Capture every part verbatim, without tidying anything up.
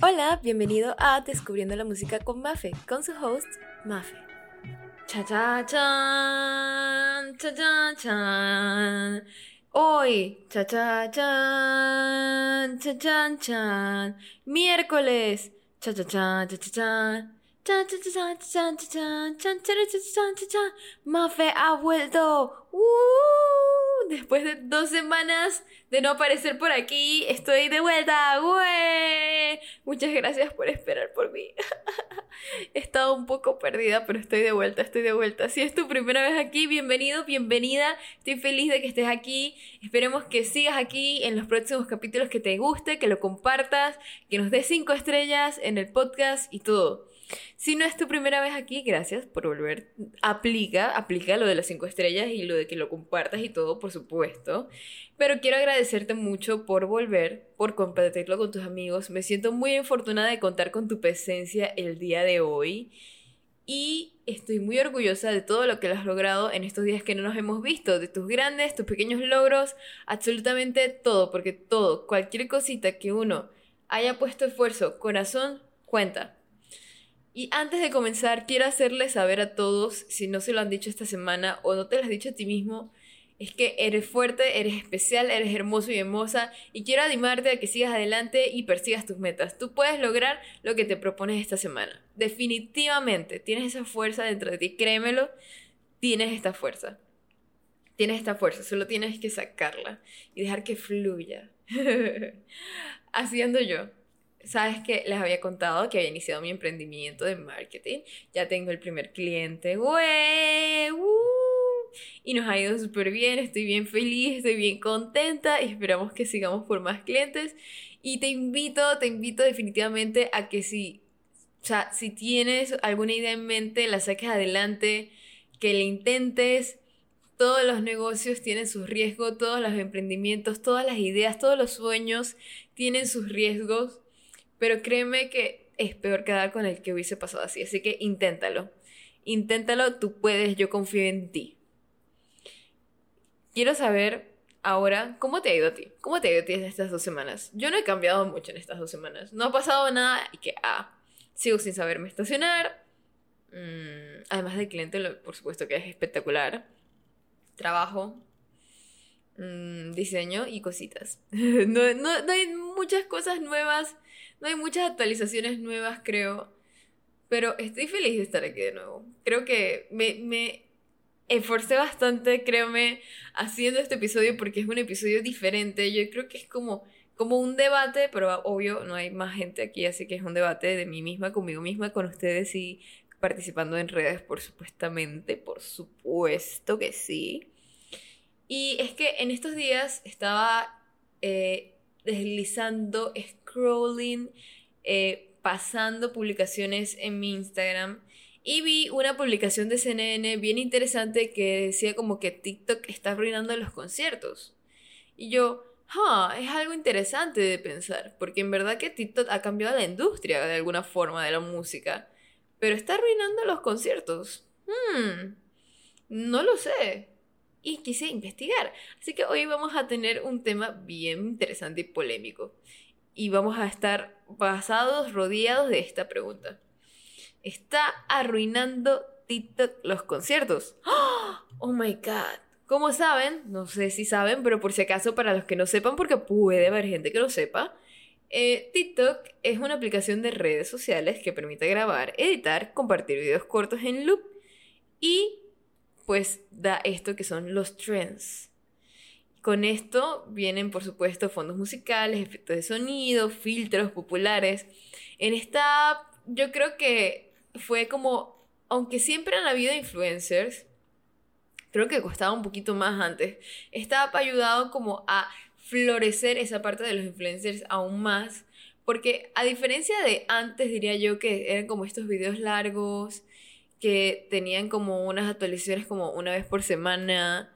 Hola, bienvenido a Descubriendo la Música con Mafe, con su host, Mafe. Cha cha chan, cha cha chan. Hoy, cha cha chan, cha chan chan. Miércoles, cha cha chan, cha cha chan. Chan, chan, chan, chan, chan, chan, chan, chan, chan, chan, chan, chan. Mafe ha vuelto. ¡Uh! Después de dos semanas de no aparecer por aquí, estoy de vuelta. ¡Güey! Muchas gracias por esperar por mí. He estado un poco perdida, pero estoy de vuelta, estoy de vuelta. Si es tu primera vez aquí, bienvenido, bienvenida. Estoy feliz de que estés aquí. Esperemos que sigas aquí en los próximos capítulos, que te guste, que lo compartas, que nos des cinco estrellas en el podcast y todo. Si no es tu primera vez aquí, gracias por volver. Aplica, aplica lo de las cinco estrellas y lo de que lo compartas y todo, por supuesto. Pero quiero agradecerte mucho por volver, por compartirlo con tus amigos. Me siento muy afortunada de contar con tu presencia el día de hoy. Y estoy muy orgullosa de todo lo que has logrado en estos días que no nos hemos visto. De tus grandes, tus pequeños logros, absolutamente todo. Porque todo, cualquier cosita que uno haya puesto esfuerzo, corazón, cuenta. Y antes de comenzar, quiero hacerles saber a todos, si no se lo han dicho esta semana o no te lo has dicho a ti mismo, es que eres fuerte, eres especial, eres hermoso y hermosa, y quiero animarte a que sigas adelante y persigas tus metas. Tú puedes lograr lo que te propones esta semana. Definitivamente, tienes esa fuerza dentro de ti, créemelo, tienes esta fuerza. Tienes esta fuerza, solo tienes que sacarla y dejar que fluya. Así ando yo. Sabes que les había contado que había iniciado mi emprendimiento de marketing. Ya tengo el primer cliente. ¡Güey! ¡Uh! Y nos ha ido súper bien. Estoy bien feliz, estoy bien contenta. Y esperamos que sigamos por más clientes. Y te invito, te invito definitivamente a que si, o sea, si tienes alguna idea en mente, la saques adelante, que le intentes. Todos los negocios tienen sus riesgos, todos los emprendimientos, todas las ideas, todos los sueños tienen sus riesgos. Pero créeme que es peor quedar con el que hubiese pasado así. Así que inténtalo. Inténtalo, tú puedes, yo confío en ti. Quiero saber ahora, ¿cómo te ha ido a ti? ¿Cómo te ha ido a ti en estas dos semanas? Yo no he cambiado mucho en estas dos semanas. No ha pasado nada y que, ah, sigo sin saberme estacionar. Mm, además del cliente, lo, por supuesto que es espectacular. Trabajo. Mm, diseño y cositas. no, no, no hay muchas cosas nuevas. No hay muchas actualizaciones nuevas, creo. Pero estoy feliz de estar aquí de nuevo. Creo que me, me esforcé bastante, créeme, haciendo este episodio porque es un episodio diferente. Yo creo que es como, como un debate, pero obvio no hay más gente aquí, así que es un debate de mí misma, conmigo misma, con ustedes y participando en redes, por supuestamente, por supuesto que sí. Y es que en estos días estaba eh, deslizando, scrolling, eh, pasando publicaciones en mi Instagram y vi una publicación de C N N bien interesante que decía como que TikTok está arruinando los conciertos. Y yo, ah, es algo interesante de pensar, porque en verdad que TikTok ha cambiado la industria de alguna forma de la música, pero está arruinando los conciertos. Hmm, no lo sé. Y quise investigar. Así que hoy vamos a tener un tema bien interesante y polémico. Y vamos a estar basados, rodeados de esta pregunta. ¿Está arruinando TikTok los conciertos? ¡Oh, my God! ¿Cómo saben? No sé si saben, pero por si acaso para los que no sepan, porque puede haber gente que lo sepa, eh, TikTok es una aplicación de redes sociales que permite grabar, editar, compartir videos cortos en loop y pues da esto que son los trends. Con esto vienen, por supuesto, fondos musicales, efectos de sonido, filtros populares. En esta app, yo creo que fue como, aunque siempre han habido influencers, creo que costaba un poquito más antes. Esta app ha ayudado como a florecer esa parte de los influencers aún más, porque a diferencia de antes, diría yo, que eran como estos videos largos, que tenían como unas actualizaciones como una vez por semana.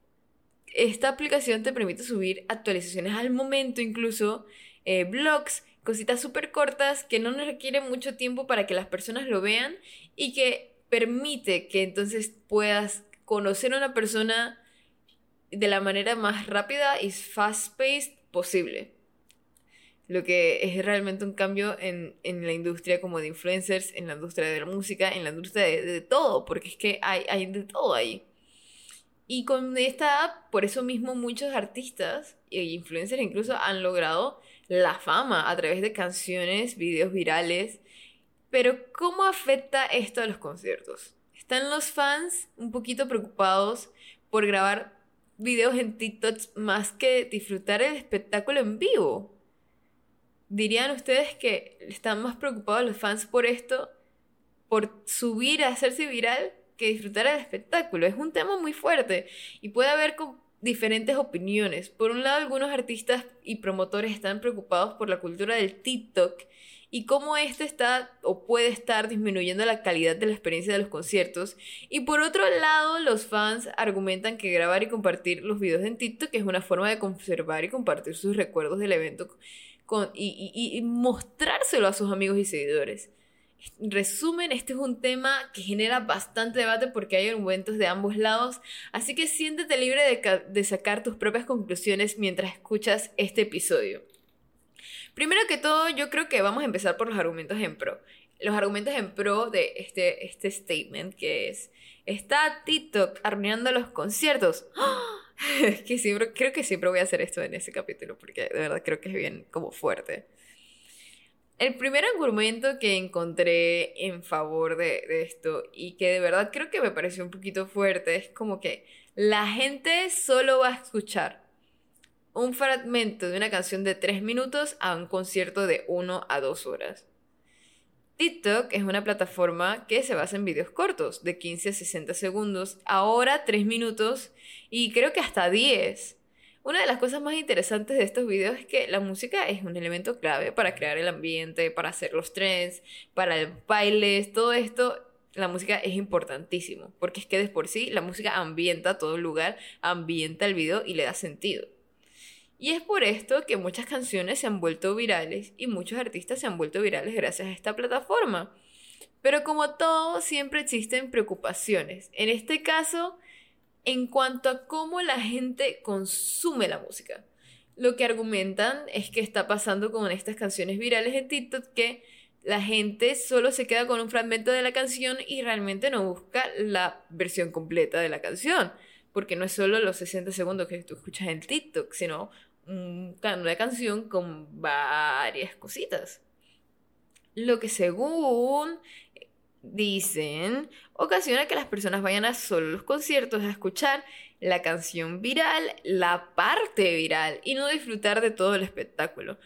Esta aplicación te permite subir actualizaciones al momento, incluso eh, blogs, cositas súper cortas que no nos requieren mucho tiempo para que las personas lo vean y que permite que entonces puedas conocer a una persona de la manera más rápida y fast-paced posible. lo que es realmente un cambio en, en la industria como de influencers, en la industria de la música, en la industria de, de todo, porque es que hay, hay de todo ahí. Y con esta app, por eso mismo muchos artistas e influencers incluso han logrado la fama a través de canciones, videos virales. Pero ¿cómo afecta esto a los conciertos? Están los fans un poquito preocupados por grabar videos en TikTok más que disfrutar el espectáculo en vivo. ¿Dirían ustedes que están más preocupados los fans por esto, por subir a hacerse viral, que disfrutar el espectáculo? Es un tema muy fuerte y puede haber con diferentes opiniones. Por un lado, algunos artistas y promotores están preocupados por la cultura del TikTok y cómo este está o puede estar disminuyendo la calidad de la experiencia de los conciertos. Y por otro lado, los fans argumentan que grabar y compartir los videos en TikTok es una forma de conservar y compartir sus recuerdos del evento con, y, y, y mostrárselo a sus amigos y seguidores. En resumen, este es un tema que genera bastante debate porque hay argumentos de ambos lados, así que siéntete libre de, de sacar tus propias conclusiones mientras escuchas este episodio. Primero que todo, yo creo que vamos a empezar por los argumentos en pro. Los argumentos en pro de este, este statement que es: ¿está TikTok arruinando los conciertos? ¡Oh! que siempre, creo que siempre voy a hacer esto en ese capítulo porque de verdad creo que es bien como fuerte. El primer argumento que encontré en favor de, de esto y que de verdad creo que me pareció un poquito fuerte es como que la gente solo va a escuchar un fragmento de una canción de tres minutos a un concierto de uno a dos horas. TikTok es una plataforma que se basa en videos cortos de quince a sesenta segundos, ahora tres minutos y creo que hasta diez. Una de las cosas más interesantes de estos videos es que la música es un elemento clave para crear el ambiente, para hacer los trends, para el bailes, todo esto. La música es importantísimo, porque es que de por sí la música ambienta todo el lugar, ambienta el video y le da sentido. Y es por esto que muchas canciones se han vuelto virales y muchos artistas se han vuelto virales gracias a esta plataforma. Pero como todo, siempre existen preocupaciones. En este caso, en cuanto a cómo la gente consume la música. Lo que argumentan es que está pasando con estas canciones virales en TikTok, que la gente solo se queda con un fragmento de la canción y realmente no busca la versión completa de la canción. Porque no es solo los sesenta segundos que tú escuchas en TikTok, sino una canción con varias cositas. Lo que según dicen ocasiona que las personas vayan a solo los conciertos a escuchar la canción viral, la parte viral y no disfrutar de todo el espectáculo.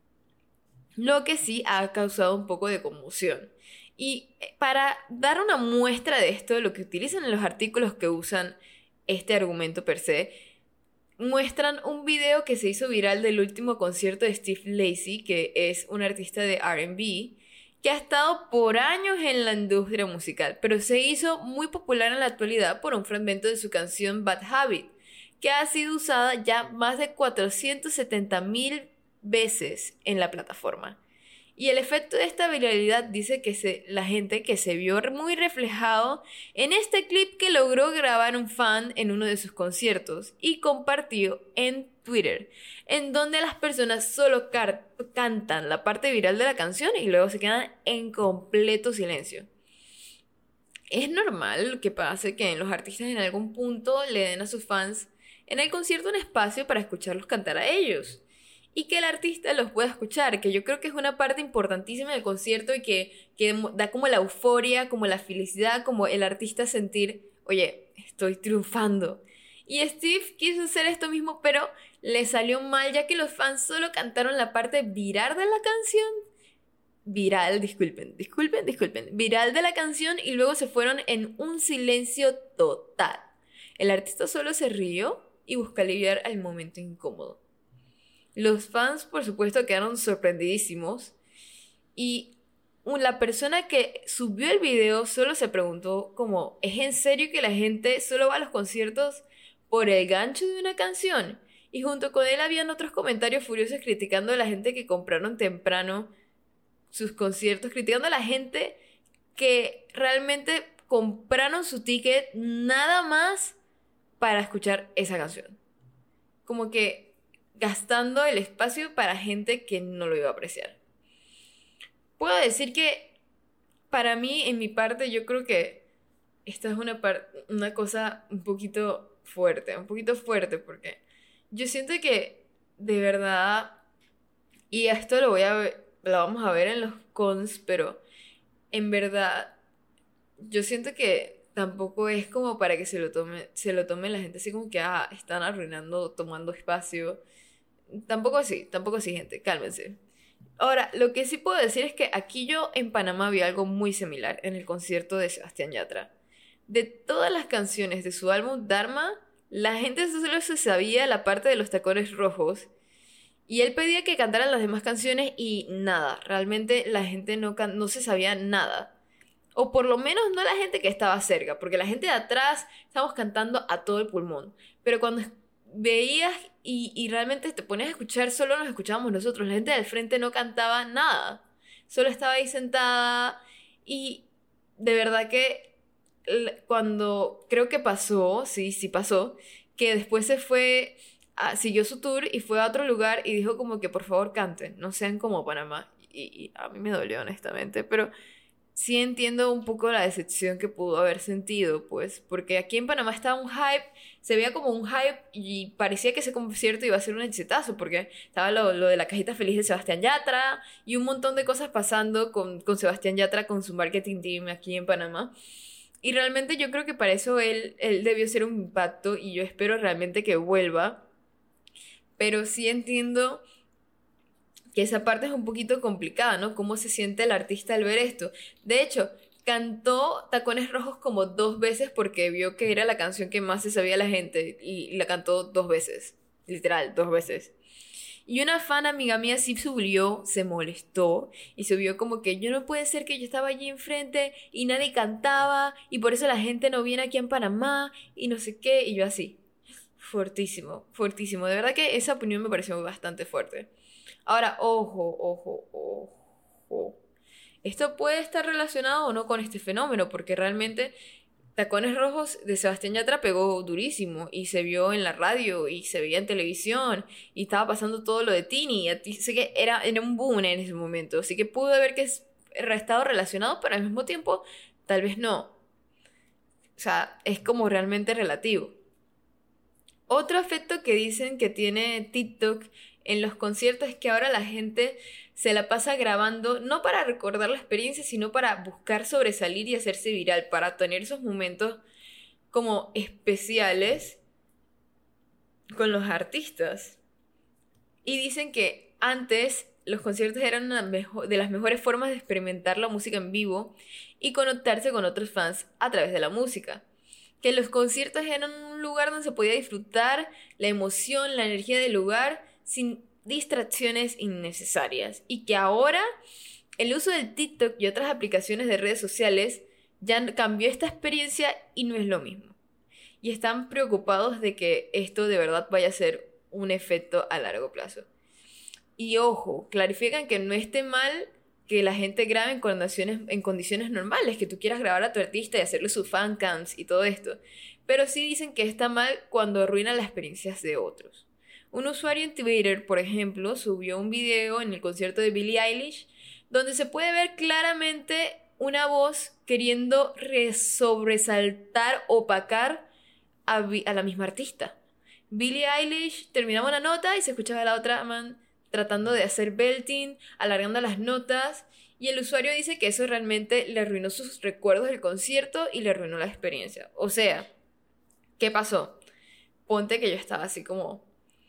Lo que sí ha causado un poco de conmoción. Y para dar una muestra de esto, lo que utilizan en los artículos que usan este argumento per se, muestran un video que se hizo viral del último concierto de Steve Lacy, que es un artista de R and B, que ha estado por años en la industria musical, pero se hizo muy popular en la actualidad por un fragmento de su canción Bad Habit, que ha sido usada ya más de cuatrocientas setenta mil veces en la plataforma. Y el efecto de esta viralidad dice que se, la gente que se vio muy reflejado en este clip que logró grabar un fan en uno de sus conciertos y compartió en Twitter, en donde las personas solo car- cantan la parte viral de la canción y luego se quedan en completo silencio. Es normal que pase que los artistas en algún punto le den a sus fans en el concierto un espacio para escucharlos cantar a ellos. Y que el artista los pueda escuchar, que yo creo que es una parte importantísima del concierto y que, que da como la euforia, como la felicidad, como el artista sentir, oye, estoy triunfando. Y Steve quiso hacer esto mismo, pero le salió mal, ya que los fans solo cantaron la parte viral de la canción. Viral, disculpen, disculpen, disculpen. Viral de la canción y luego se fueron en un silencio total. El artista solo se rió y buscó aliviar al momento incómodo. Los fans, por supuesto, quedaron sorprendidísimos y la persona que subió el video solo se preguntó como, ¿es en serio que la gente solo va a los conciertos por el gancho de una canción? Y junto con él habían otros comentarios furiosos criticando a la gente que compraron temprano sus conciertos, criticando a la gente que realmente compraron su ticket nada más para escuchar esa canción. Como que gastando el espacio para gente que no lo iba a apreciar. Puedo decir que para mí, en mi parte, yo creo que esta es una, par- una cosa un poquito fuerte, un poquito fuerte, porque yo siento que de verdad, y esto lo voy a ver- lo vamos a ver en los cons, pero en verdad, yo siento que tampoco es como para que se lo tome, se lo tome la gente así como que ah, están arruinando, tomando espacio. Tampoco así, tampoco así, gente, cálmense. Ahora, lo que sí puedo decir es que aquí yo en Panamá vi algo muy similar en el concierto de Sebastián Yatra. De todas las canciones de su álbum Dharma, la gente solo se sabía la parte de los tacones rojos y él pedía que cantaran las demás canciones y nada, realmente la gente no, can- no se sabía nada. O por lo menos no la gente que estaba cerca, porque la gente de atrás estábamos cantando a todo el pulmón. Pero cuando es- veías y, y realmente te ponías a escuchar, solo nos escuchábamos nosotros. La gente del frente no cantaba nada. Solo estaba ahí sentada y de verdad que l- cuando creo que pasó, sí, sí pasó, que después se fue, a- siguió su tour y fue a otro lugar y dijo como que por favor canten, no sean como Panamá. Y, y a mí me dolió honestamente, pero sí entiendo un poco la decepción que pudo haber sentido, pues, porque aquí en Panamá estaba un hype, se veía como un hype y parecía que ese concierto iba a ser un exitazo, porque estaba lo, lo de la cajita feliz de Sebastián Yatra y un montón de cosas pasando con, con Sebastián Yatra, con su marketing team aquí en Panamá. Y realmente yo creo que para eso él, él debió ser un impacto y yo espero realmente que vuelva, pero sí entiendo que esa parte es un poquito complicada, ¿no? ¿Cómo se siente el artista al ver esto? De hecho, cantó Tacones Rojos como dos veces porque vio que era la canción que más se sabía la gente y la cantó dos veces, literal, dos veces. Y una fan amiga mía sí subió, se molestó y subió como que yo no puede ser que yo estaba allí enfrente y nadie cantaba y por eso la gente no viene aquí en Panamá y no sé qué y yo así. Fuertísimo, fuertísimo. De verdad que esa opinión me pareció bastante fuerte. Ahora, ojo, ojo, ojo. Esto puede estar relacionado o no con este fenómeno, porque realmente Tacones Rojos de Sebastián Yatra pegó durísimo y se vio en la radio y se veía en televisión y estaba pasando todo lo de Tini. Así que era, era un boom en ese momento. Así que pudo haber que es, estado relacionado, pero al mismo tiempo tal vez no. O sea, es como realmente relativo. Otro efecto que dicen que tiene TikTok en los conciertos es que ahora la gente se la pasa grabando no para recordar la experiencia, sino para buscar sobresalir y hacerse viral, para tener esos momentos como especiales con los artistas. Y dicen que antes los conciertos eran una mejo- de las mejores formas de experimentar la música en vivo y conectarse con otros fans a través de la música. Que los conciertos eran un lugar donde se podía disfrutar la emoción, la energía del lugar sin distracciones innecesarias. Y que ahora el uso del TikTok y otras aplicaciones de redes sociales ya cambió esta experiencia y no es lo mismo. Y están preocupados de que esto de verdad vaya a ser un efecto a largo plazo. Y ojo, clarifican que no esté mal que la gente grabe en condiciones, en condiciones normales, que tú quieras grabar a tu artista y hacerle sus fancams y todo esto. Pero sí dicen que está mal cuando arruina las experiencias de otros. Un usuario en Twitter, por ejemplo, subió un video en el concierto de Billie Eilish donde se puede ver claramente una voz queriendo sobresaltar, opacar a, a la misma artista. Billie Eilish terminaba una nota y se escuchaba a la otra man tratando de hacer belting, alargando las notas, y el usuario dice que eso realmente le arruinó sus recuerdos del concierto y le arruinó la experiencia. O sea, ¿qué pasó? Ponte que yo estaba así como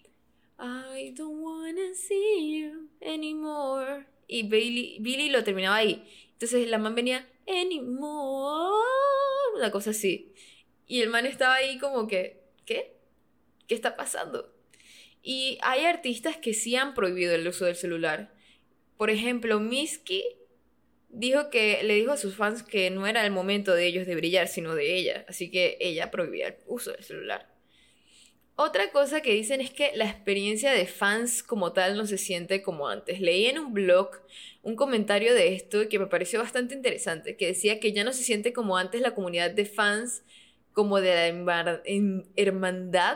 I don't wanna see you anymore. Y Billy, Billy lo terminaba ahí. Entonces la man venía anymore, una cosa así. Y el man estaba ahí como que, ¿qué? ¿Qué está pasando? Y hay artistas que sí han prohibido el uso del celular. Por ejemplo, Misky dijo que le dijo a sus fans que no era el momento de ellos de brillar, sino de ella. Así que ella prohibía el uso del celular. Otra cosa que dicen es que la experiencia de fans como tal no se siente como antes. Leí en un blog un comentario de esto que me pareció bastante interesante, que decía que ya no se siente como antes la comunidad de fans, como de la hermandad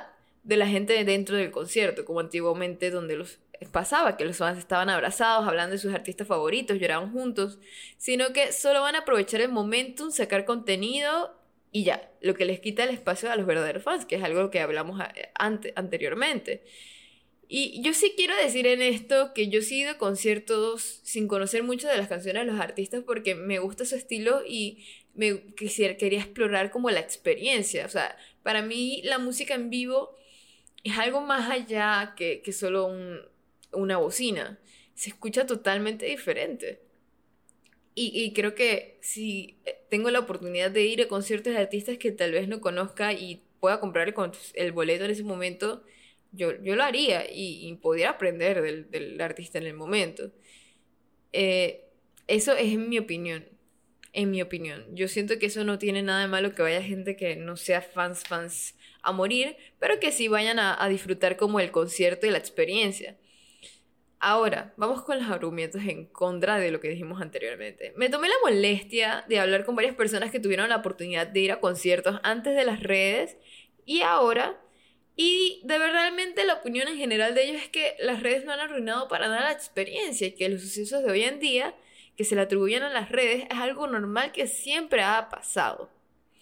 de la gente dentro del concierto, como antiguamente donde los pasaba, que los fans estaban abrazados, hablando de sus artistas favoritos, lloraban juntos, sino que solo van a aprovechar el momentum, sacar contenido y ya, lo que les quita el espacio a los verdaderos fans, que es algo que hablamos ante, anteriormente. Y yo sí quiero decir en esto que yo sí he ido a conciertos sin conocer mucho de las canciones de los artistas porque me gusta su estilo y me quisiera, quería explorar como la experiencia. O sea, para mí la música en vivo es algo más allá que, que solo un, una bocina. Se escucha totalmente diferente. Y, y creo que si tengo la oportunidad de ir a conciertos de artistas que tal vez no conozca y pueda comprar el, el boleto en ese momento, yo, yo lo haría y, y pudiera aprender del, del artista en el momento. Eh, eso es en mi opinión. En mi opinión. Yo siento que eso no tiene nada de malo que vaya gente que no sea fans, fans a morir, pero que sí vayan a, a disfrutar como el concierto y la experiencia. Ahora, vamos con los argumentos en contra de lo que dijimos anteriormente. Me tomé la molestia de hablar con varias personas que tuvieron la oportunidad de ir a conciertos antes de las redes y ahora, y de verdad realmente la opinión en general de ellos es que las redes no han arruinado para nada la experiencia y que los sucesos de hoy en día que se le atribuyen a las redes es algo normal que siempre ha pasado.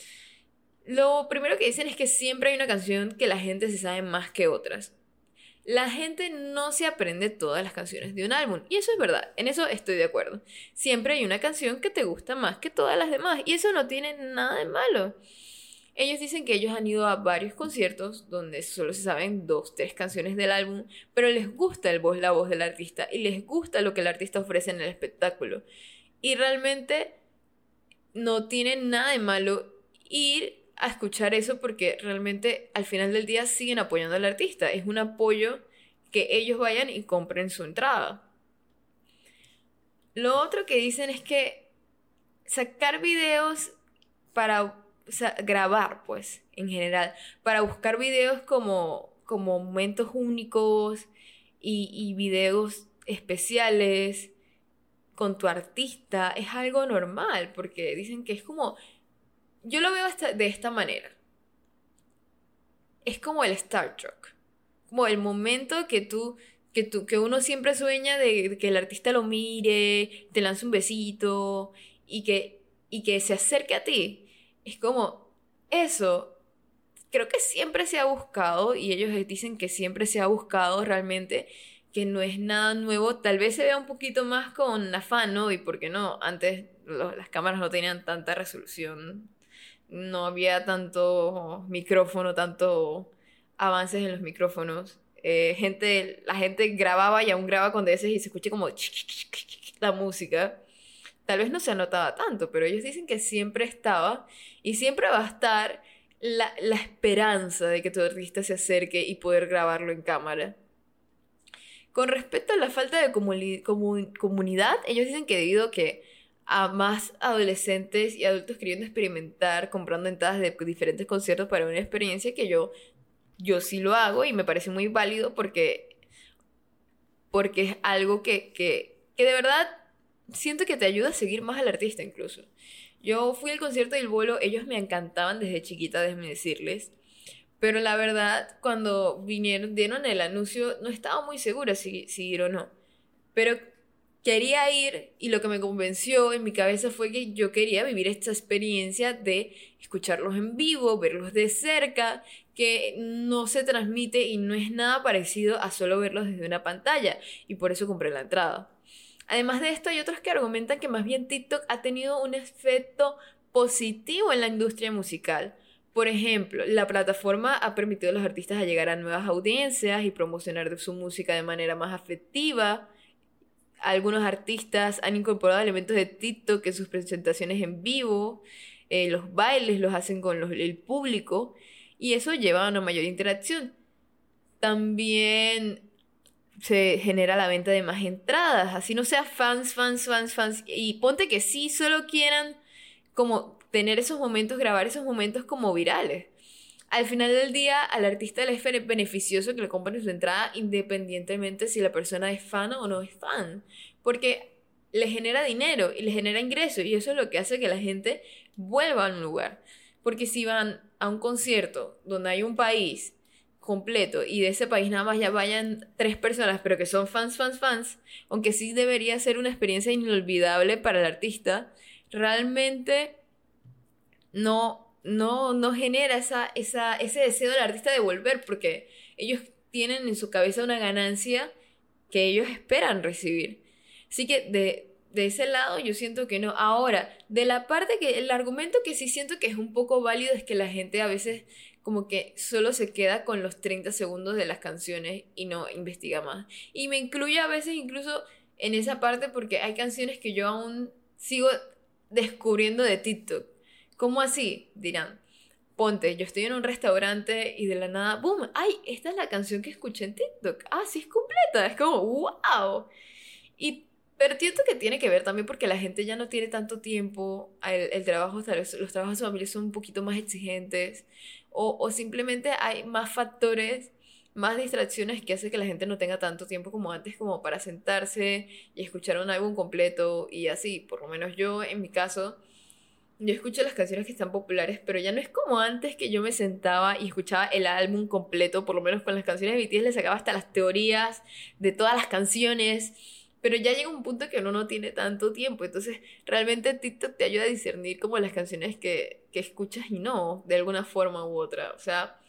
Lo primero que dicen es que siempre hay una canción que la gente se sabe más que otras. La gente no se aprende todas las canciones de un álbum. Y eso es verdad, en eso estoy de acuerdo. Siempre hay una canción que te gusta más que todas las demás. Y eso no tiene nada de malo. Ellos dicen que ellos han ido a varios conciertos donde solo se saben dos, tres canciones del álbum, pero les gusta el voz, la voz del artista y les gusta lo que el artista ofrece en el espectáculo. Y realmente no tiene nada de malo ir a escuchar eso porque realmente al final del día siguen apoyando al artista. Es un apoyo que ellos vayan y compren su entrada. Lo otro que dicen es que sacar videos para, o sea, grabar, pues, en general, para buscar videos como, como momentos únicos y, y videos especiales con tu artista es algo normal, porque dicen que es como... Yo lo veo hasta de esta manera. Es como el Star Trek. Como el momento que tú, que tú, que uno siempre sueña de, de que el artista lo mire, te lance un besito y que, y que se acerque a ti. Es como eso. Creo que siempre se ha buscado y ellos dicen que siempre se ha buscado realmente, que no es nada nuevo. Tal vez se vea un poquito más con afán, ¿no? Y por qué no, antes los, las cámaras no tenían tanta resolución. No había tanto micrófono, tanto avances en los micrófonos. Eh, gente, la gente grababa y aún graba con D S y se escucha como la música. Tal vez no se anotaba tanto, pero ellos dicen que siempre estaba y siempre va a estar la, la esperanza de que tu artista se acerque y poder grabarlo en cámara. Con respecto a la falta de comuni- comu- comunidad, ellos dicen que debido a que a más adolescentes y adultos queriendo experimentar, comprando entradas de diferentes conciertos para una experiencia que yo, yo sí lo hago y me parece muy válido porque, porque es algo que, que, que de verdad siento que te ayuda a seguir más al artista incluso. Yo fui al concierto del Bolo, ellos me encantaban desde chiquita, déjenme decirles, pero la verdad cuando vinieron, dieron el anuncio, no estaba muy segura si, si ir o no, pero quería ir y lo que me convenció en mi cabeza fue que yo quería vivir esta experiencia de escucharlos en vivo, verlos de cerca, que no se transmite y no es nada parecido a solo verlos desde una pantalla y por eso compré la entrada. Además de esto hay otros que argumentan que más bien TikTok ha tenido un efecto positivo en la industria musical. Por ejemplo, la plataforma ha permitido a los artistas a llegar a nuevas audiencias y promocionar su música de manera más afectiva. Algunos artistas han incorporado elementos de TikTok en sus presentaciones en vivo, eh, los bailes los hacen con los, el público y eso lleva a una mayor interacción. También se genera la venta de más entradas, así no sea fans, fans, fans, fans, y ponte que sí solo quieran como tener esos momentos, grabar esos momentos como virales. Al final del día, al artista le es beneficioso que le compren su entrada independientemente si la persona es fan o no es fan, porque le genera dinero y le genera ingresos y eso es lo que hace que la gente vuelva a un lugar. Porque si van a un concierto donde hay un país completo y de ese país nada más ya vayan tres personas, pero que son fans, fans, fans, aunque sí debería ser una experiencia inolvidable para el artista, realmente no, no, no genera esa, esa, ese deseo del artista de volver, porque ellos tienen en su cabeza una ganancia que ellos esperan recibir. Así que de, de ese lado yo siento que no. Ahora, de la parte que el argumento que sí siento que es un poco válido es que la gente a veces como que solo se queda con los treinta segundos de las canciones y no investiga más. Y me incluye a veces incluso en esa parte porque hay canciones que yo aún sigo descubriendo de TikTok. ¿Cómo así? Dirán. Ponte, yo estoy en un restaurante y de la nada, ¡boom! ¡Ay! Esta es la canción que escuché en TikTok. ¡Ah, sí es completa! Es como, ¡wow! Y, pero siento que tiene que ver también porque la gente ya no tiene tanto tiempo, el, el trabajo, tal vez los trabajos de familia son un poquito más exigentes, o, o simplemente hay más factores, más distracciones que hacen que la gente no tenga tanto tiempo como antes como para sentarse y escuchar un álbum completo y así. Por lo menos yo, en mi caso, yo escucho las canciones que están populares, pero ya no es como antes que yo me sentaba y escuchaba el álbum completo, por lo menos con las canciones de B T S le sacaba hasta las teorías de todas las canciones, pero ya llega un punto que uno no tiene tanto tiempo, entonces realmente TikTok te ayuda a discernir como las canciones que, que escuchas y no, de alguna forma u otra, o sea,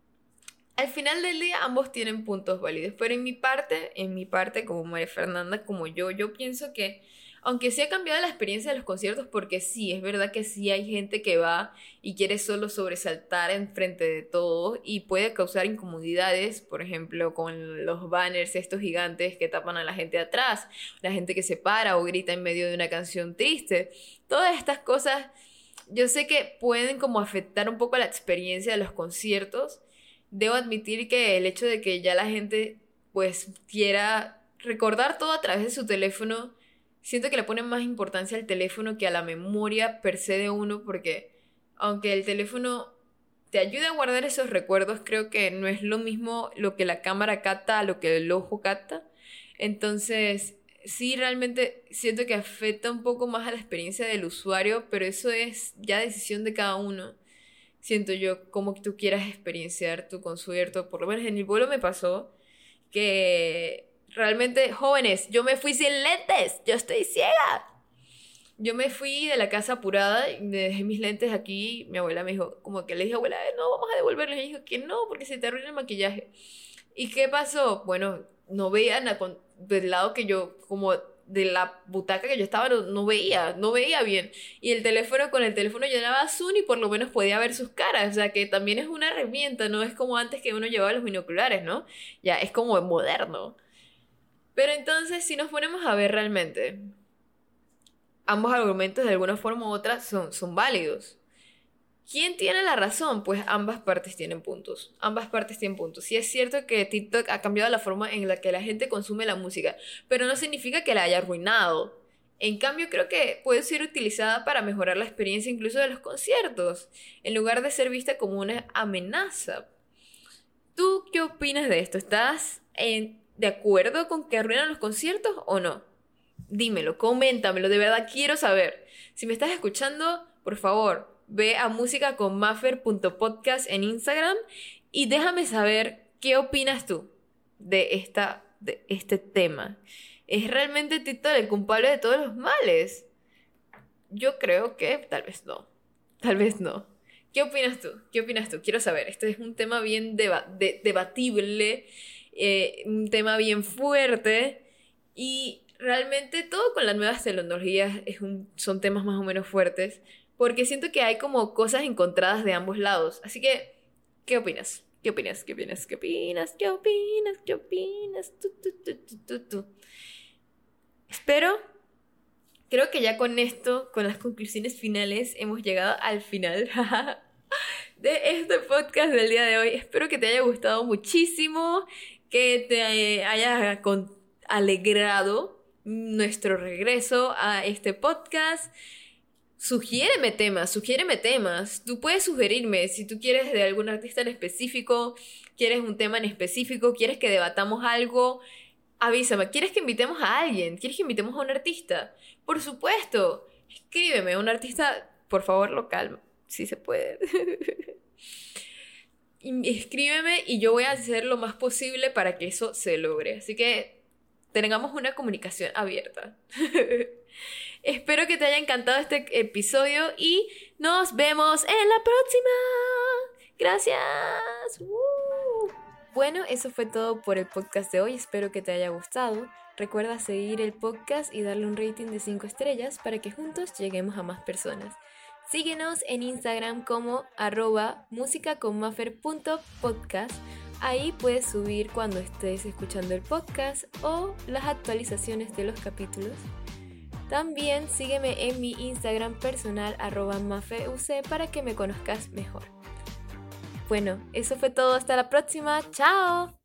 al final del día ambos tienen puntos válidos, pero en mi parte, en mi parte como María Fernanda, como yo, yo pienso que aunque sí ha cambiado la experiencia de los conciertos, porque sí, es verdad que sí hay gente que va y quiere solo sobresaltar enfrente de todo y puede causar incomodidades, por ejemplo, con los banners estos gigantes que tapan a la gente atrás, la gente que se para o grita en medio de una canción triste. Todas estas cosas yo sé que pueden como afectar un poco la experiencia de los conciertos. Debo admitir que el hecho de que ya la gente pues quiera recordar todo a través de su teléfono, siento que le ponen más importancia al teléfono que a la memoria per se de uno, porque aunque el teléfono te ayude a guardar esos recuerdos, creo que no es lo mismo lo que la cámara capta a lo que el ojo capta. Entonces, sí, realmente siento que afecta un poco más a la experiencia del usuario, pero eso es ya decisión de cada uno. Siento yo, como tú quieras experienciar tu concierto. Por lo menos en mi vuelo me pasó que realmente, jóvenes, yo me fui sin lentes, yo estoy ciega. Yo me fui de la casa apurada y me dejé mis lentes aquí. Mi abuela me dijo, como que le dije, abuela, eh, no, vamos a devolverlos. Y dijo que no, porque se te arruina el maquillaje. ¿Y qué pasó? Bueno, no veía nada con- del lado que yo, como de la butaca que yo estaba, no, no veía, no veía bien. Y el teléfono, con el teléfono yo daba zoom y por lo menos podía ver sus caras. O sea, que también es una herramienta, no es como antes que uno llevaba los binoculares, ¿no? Ya, es como moderno. Pero entonces, si nos ponemos a ver realmente, ambos argumentos de alguna forma u otra son, son válidos. ¿Quién tiene la razón? Pues ambas partes tienen puntos. Ambas partes tienen puntos. Sí es cierto que TikTok ha cambiado la forma en la que la gente consume la música, pero no significa que la haya arruinado. En cambio, creo que puede ser utilizada para mejorar la experiencia incluso de los conciertos, en lugar de ser vista como una amenaza. ¿Tú qué opinas de esto? ¿Estás en- de acuerdo con que arruinan los conciertos o no? Dímelo, coméntamelo, de verdad quiero saber. Si me estás escuchando, por favor, ve a música con maffer punto podcast en Instagram y déjame saber qué opinas tú de, esta, de este tema. ¿Es realmente TikTok el culpable de todos los males? Yo creo que tal vez no. Tal vez no. ¿Qué opinas tú? ¿Qué opinas tú? Quiero saber. Este es un tema bien deba- de- debatible, eh, un tema bien fuerte y realmente todo con las nuevas tecnologías es un, son temas más o menos fuertes porque siento que hay como cosas encontradas de ambos lados. Así que, ¿qué opinas? ¿Qué opinas? ¿Qué opinas? ¿Qué opinas? ¿Qué opinas? ¿Qué opinas? Tú, tú, tú, tú, tú, tú. Espero, creo que ya con esto, con las conclusiones finales, hemos llegado al final de este podcast del día de hoy. Espero que te haya gustado muchísimo, que te eh, haya con- alegrado nuestro regreso a este podcast. Sugiéreme temas, sugiéreme temas. Tú puedes sugerirme si tú quieres de algún artista en específico, quieres un tema en específico, quieres que debatamos algo, avísame. ¿Quieres que invitemos a alguien? ¿Quieres que invitemos a un artista? Por supuesto. Escríbeme, un artista, por favor, local, si se puede. y escríbeme y yo voy a hacer lo más posible para que eso se logre. Así que tengamos una comunicación abierta. Espero que te haya encantado este episodio y nos vemos en la próxima. Gracias. ¡Woo! Bueno, eso fue todo por el podcast de hoy. Espero que te haya gustado. Recuerda seguir el podcast y darle un rating de cinco estrellas para que juntos lleguemos a más personas. Síguenos en Instagram como arroba musicaconmafer.podcast. Ahí puedes subir cuando estés escuchando el podcast o las actualizaciones de los capítulos. También sígueme en mi Instagram personal arroba mafeuc para que me conozcas mejor. Bueno, eso fue todo. Hasta la próxima. ¡Chao!